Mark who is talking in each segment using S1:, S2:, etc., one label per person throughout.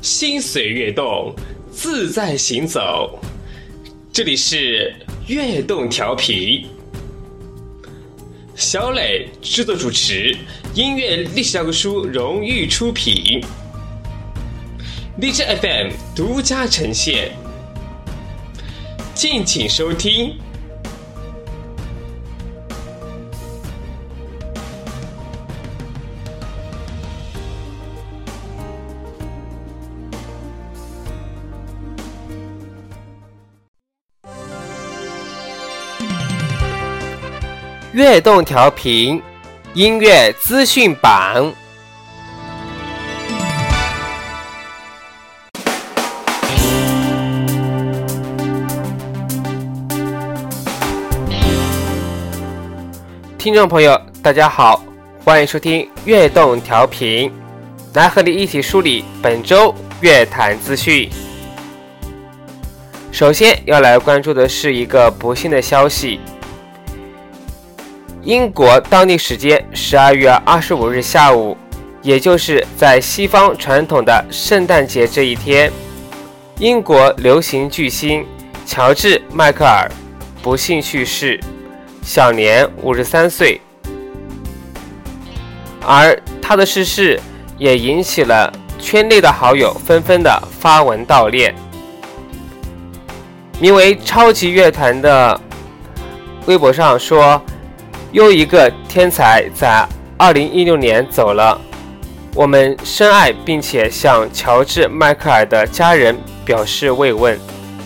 S1: 心随跃动，自在行走。这里是跃动调频，小磊制作主持，音乐历史教科书荣誉出品，荔枝 FM 独家呈现，敬请收听。
S2: 跃动调频音乐资讯榜，听众朋友大家好，欢迎收听跃动调频，来和你一起梳理本周乐坛资讯。首先要来关注的是一个不幸的消息，英国当地时间12月25日下午，也就是在西方传统的圣诞节这一天，英国流行巨星乔治·迈克尔不幸去世，享年53岁。而他的逝世也引起了圈内的好友纷纷的发文悼念。名为超级乐团的微博上说，又一个天才在2016年走了，我们深爱并且向乔治·迈克尔的家人表示慰问。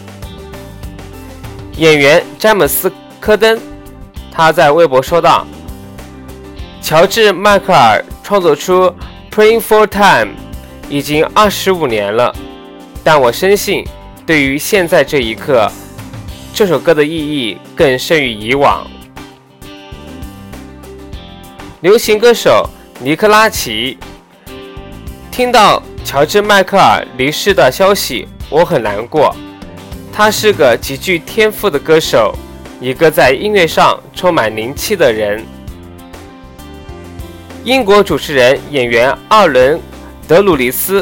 S2: 演员詹姆斯·科登他在微博说道，乔治·迈克尔创作出 Praying for Time 已经25年了，但我深信对于现在这一刻，这首歌的意义更胜于以往。流行歌手尼克拉奇听到乔治·迈克尔离世的消息，我很难过。他是个极具天赋的歌手，一个在音乐上充满灵气的人。英国主持人演员奥伦·德鲁里斯，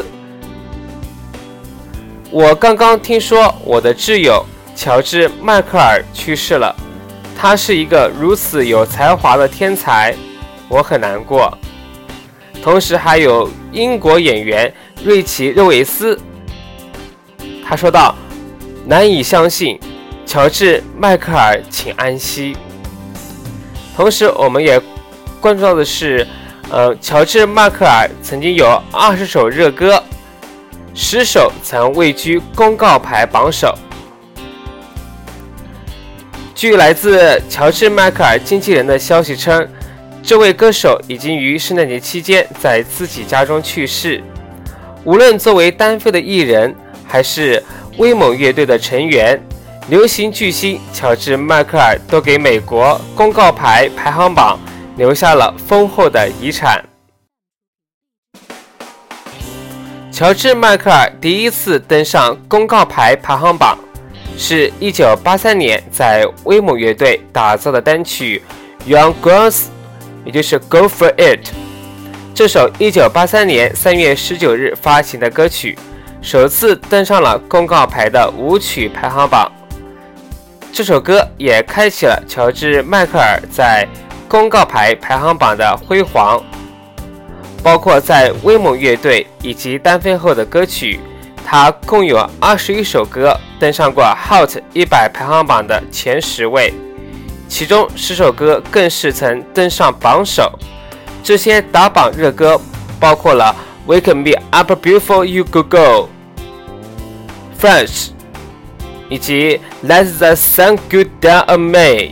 S2: 我刚刚听说我的挚友乔治·迈克尔去世了，他是一个如此有才华的天才，我很难过。同时还有英国演员瑞奇·热维斯，他说道，难以相信，乔治·迈克尔请安息。同时我们也关注到的是，乔治·迈克尔曾经有20首热歌，10首曾位居公告牌榜首。据来自乔治·迈克尔经纪人的消息称，这位歌手已经于圣诞节期间在自己家中去世。无论作为单飞的艺人，还是威猛乐队的成员，流行巨星乔治·迈克尔都给美国公告牌排行榜留下了丰厚的遗产。乔治·迈克尔第一次登上公告牌排行榜是1983年在威猛乐队打造的单曲 Young Girls， 也就是 Go For It。 这首1983年3月19日发行的歌曲首次登上了公告牌的舞曲排行榜。这首歌也开启了乔治·迈克尔在公告牌排行榜的辉煌，包括在威猛乐队以及单飞后的歌曲，他共有21首歌登上过 Hot 100排行榜的前10位，其中10首歌更是曾登上榜首。这些打榜热歌包括了 Wake Me Up Before You Go Go、 Fresh 以及 Let the Sun Go Down on Me。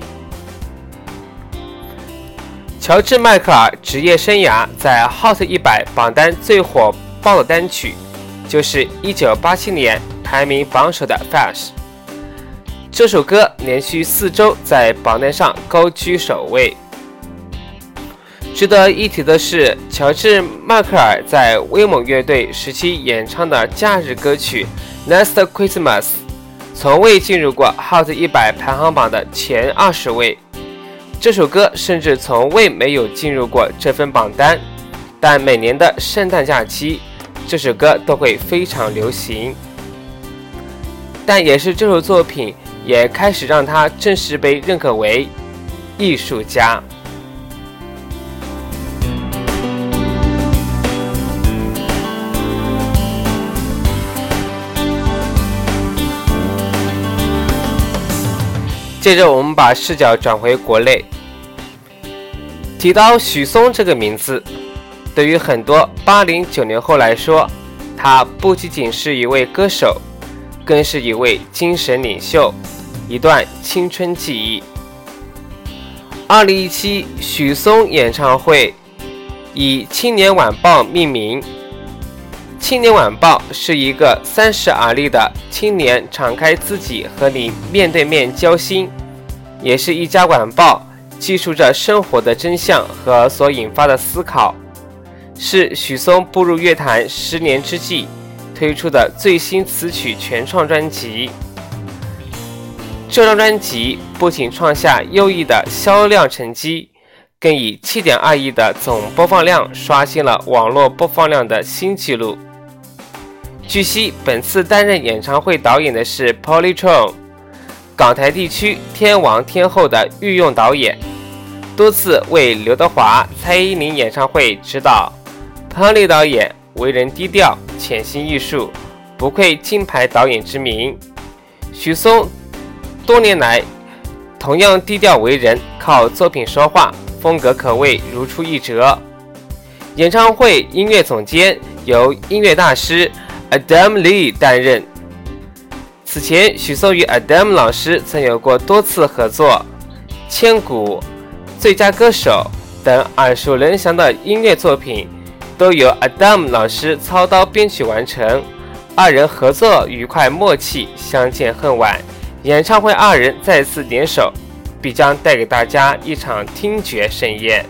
S2: 乔治·迈克尔职业生涯在 Hot 100榜单最火爆的单曲就是1987年排名榜首的 Fresh。 这首歌连续4周在榜单上高居首位。值得一提的是，乔治·迈克尔在威猛乐队时期演唱的假日歌曲 Last Christmas 从未进入过 Hot 100排行榜的前20位。这首歌甚至从未没有进入过这份榜单，但每年的圣诞假期这首歌都会非常流行。但也是这首作品也开始让他正式被认可为艺术家。接着我们把视角转回国内，提到许嵩这个名字，对于很多80、90后来说，他不仅仅是一位歌手，更是一位精神领袖，一段青春记忆。2017许嵩演唱会以《青年晚报》命名，《青年晚报》是一个30而立的青年敞开自己和你面对面交心，也是一家晚报记述着生活的真相和所引发的思考，是许嵩步入乐坛10年之际推出的最新词曲全创专辑。这张专辑不仅创下优异的销量成绩，更以7.2亿的总播放量刷新了网络播放量的新纪录。据悉，本次担任演唱会导演的是 Polytron， 港台地区天王天后的御用导演，多次为刘德华、蔡依林演唱会指导。Poly 导演为人低调，潜心艺术，不愧金牌导演之名。许嵩多年来同样低调为人，靠作品说话，风格可谓如出一辙。演唱会音乐总监由音乐大师 Adam Lee 担任。此前许嵩与 Adam 老师曾有过多次合作，千古、最佳歌手等耳熟能详的音乐作品都由 Adam 老师操刀编曲完成，二人合作愉快默契，相见恨晚。演唱会二人再次联手，必将带给大家一场听觉盛宴。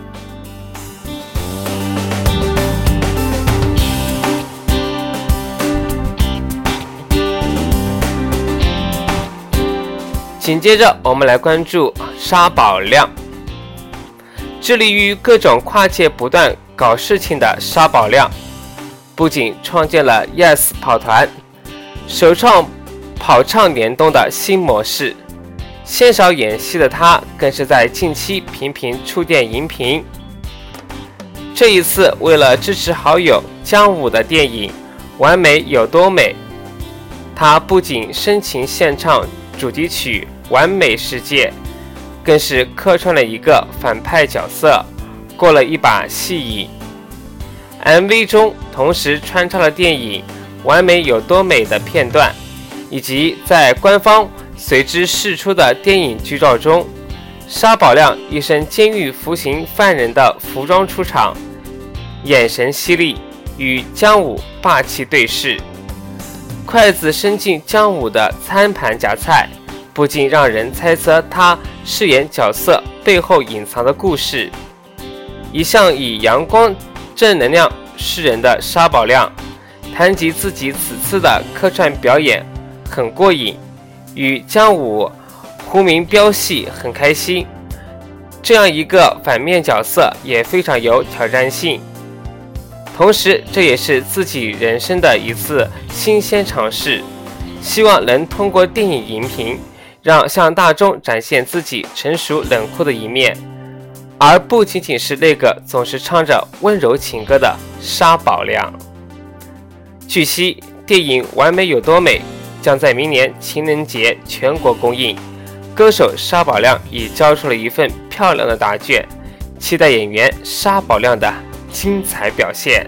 S2: 紧接着我们来关注沙宝亮。致力于各种跨界不断搞事情的沙宝亮，不仅创建了 Yes 跑团，首创跑唱联动的新模式，鲜少演戏的他更是在近期频频触电荧屏。这一次为了支持好友姜武的电影《完美有多美》，他不仅深情献唱主题曲《完美世界》，更是客串了一个反派角色，过了一把戏瘾。MV 中同时穿插了电影《完美有多美》的片段，以及在官方随之释出的电影剧照中，沙宝亮一身监狱服刑犯人的服装出场，眼神犀利，与姜武霸气对视，筷子伸进姜武的餐盘夹菜，不禁让人猜测他饰演角色背后隐藏的故事。一向以阳光正能量示人的沙宝亮，谈及自己此次的客串表演很过瘾，与姜武狐鸣飙戏很开心，这样一个反面角色也非常有挑战性。同时这也是自己人生的一次新鲜尝试，希望能通过电影荧屏向大众展现自己成熟冷酷的一面，而不仅仅是那个总是唱着温柔情歌的沙宝亮。据悉，电影《完美有多美》将在明年情人节全国公映，歌手沙宝亮已交出了一份漂亮的答卷，期待演员沙宝亮的精彩表现。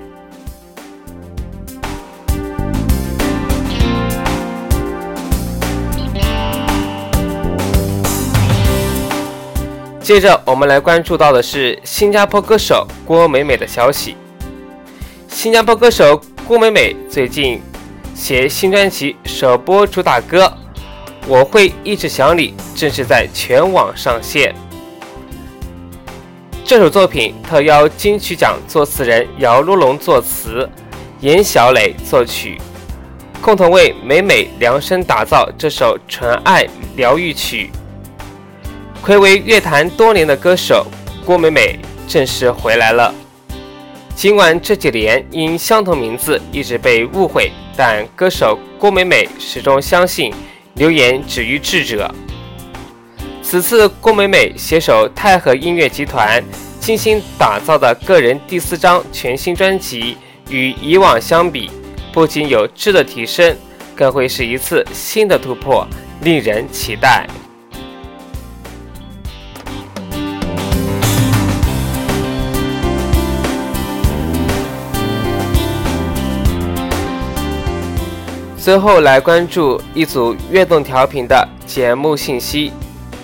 S2: 接着我们来关注到的是新加坡歌手郭美美的消息。新加坡歌手郭美美最近携新专辑首播主打歌《我会一直想你》正式在全网上线。这首作品特邀金曲奖作词人姚若龙作词，严小磊作曲，共同为美美量身打造这首纯爱疗愈曲。睽违乐坛多年的歌手郭美美正式回来了。 尽管这几年因相同名字一直被误会，但歌手郭美美始终相信流言止于智者。此次郭美美携手太和音乐集团精心打造的个人第4张全新专辑，与以往相比，不仅有质的提升，更会是一次新的突破，令人期待。最后来关注一组悦动调频的节目信息。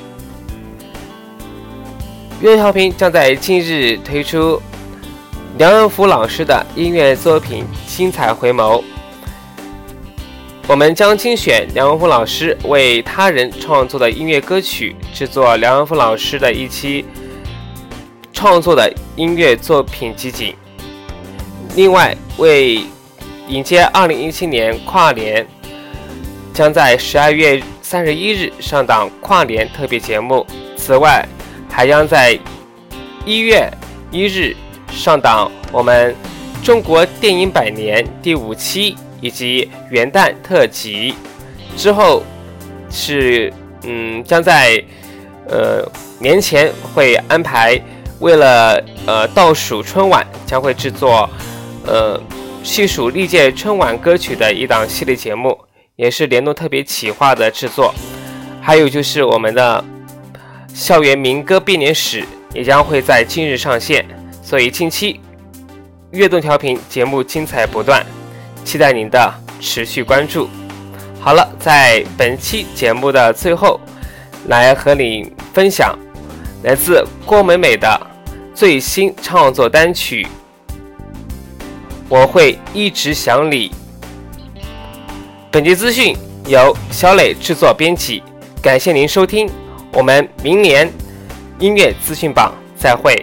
S2: 悦动调频将在近日推出梁文福老师的音乐作品《精彩回眸》，我们将精选梁文福老师为他人创作的音乐歌曲，制作梁文福老师的一期创作的音乐作品集锦。另外，为迎接2017年跨年，将在12月31日上档跨年特别节目。此外，还将在1月1日上档我们中国电影100年第5期以及元旦特辑。之后是将在年前会安排，为了倒数春晚，将会制作细数历届春晚歌曲的一档系列节目，也是联动特别企划的制作。还有就是我们的校园民歌编年史也将会在近日上线，所以近期悦动调频节目精彩不断，期待您的持续关注。好了，在本期节目的最后，来和你分享来自郭美美的最新创作单曲我会一直想你。本节资讯由小磊制作编辑，感谢您收听，我们明年音乐资讯榜再会。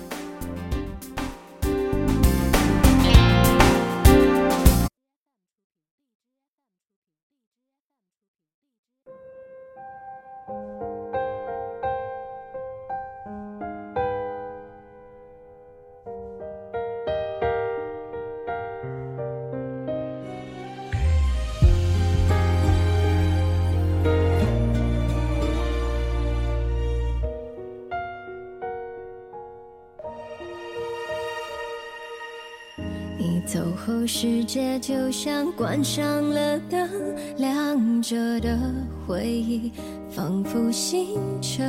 S3: 你走后，世界就像关上了灯，亮着的回忆仿佛星辰。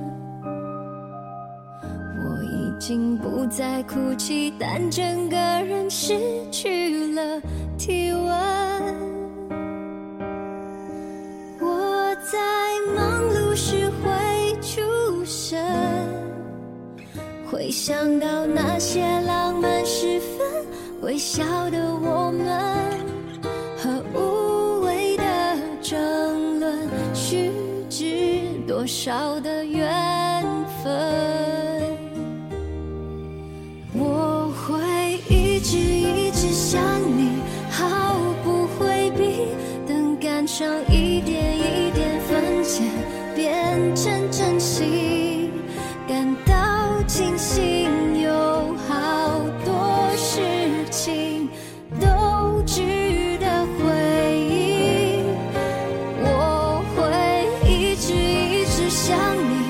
S3: 我已经不再哭泣，但整个人失去了体温。我在忙碌时会出神，会想到那些浪漫时分，微笑的我们和无谓的争论，虚掷多少的缘分。我会一直想你，毫不回避，等感伤一点一点分解，变成真心，感到庆幸有好多事情都值得回忆。我会一直想你，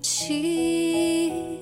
S3: 起。